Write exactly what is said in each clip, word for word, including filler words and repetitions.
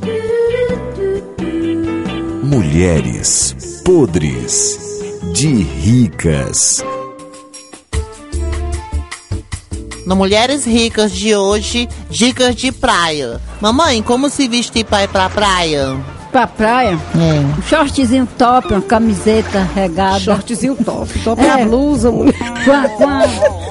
Mulheres podres de ricas. No Mulheres Ricas de hoje, dicas de praia. Mamãe, como se vestir pra ir pra praia? Pra praia? É. Um shortzinho top, uma camiseta regada. Shortzinho top. Top é a blusa, mulher. Com a, com a...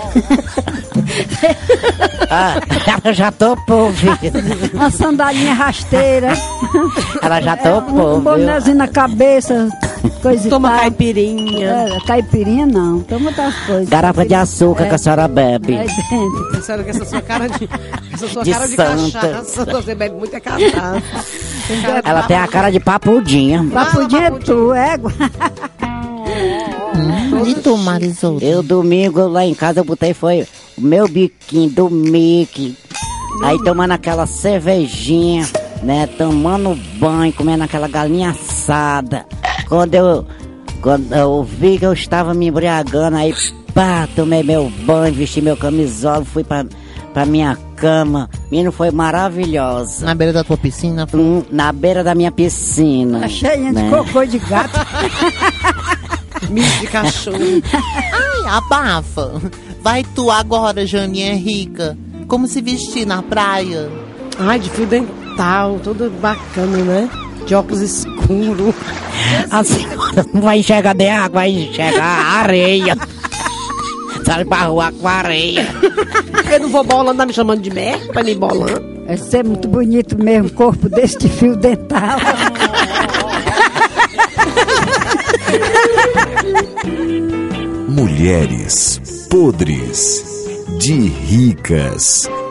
Ah, ela já topou, filho. uma sandalinha rasteira. Ela já É, topou, um bonézinho na cabeça, coisa Toma e tal. caipirinha. É, caipirinha não, toma outras coisas. Garrafa de açúcar É. que a senhora bebe. Aí dentro. Sério que essa sua cara de, essa sua De cara de santa. cachaça. Você bebe muita cachaça. Cara de Ela tem a cara de papudinha. Papudinha é tu, égua. Hum, e tu, Marisolda? Eu domingo lá em casa eu botei foi o meu biquinho do Mickey. Aí tomando aquela cervejinha, né? Tomando banho, comendo aquela galinha assada. Quando eu, quando eu vi que eu estava me embriagando, aí pá, tomei meu banho, vesti meu camisola, fui pra, pra minha cama. Menino, foi maravilhosa. Na beira da tua piscina? Hum, na beira da minha piscina. Tá cheinha né? de cocô de gato. Mijo de cachorro. Ai, abafa. Vai tu agora, Janinha Rica. Como se vestir na praia? Ai, de fio dental, tudo bacana, né? De óculos escuros. A senhora não vai enxergar de água, vai enxergar areia. Sai pra rua com areia. Eu não vou bolando, tá me chamando de merda pra me bolando. É ser muito bonito mesmo, corpo desse de fio dental. Mulheres podres de ricas.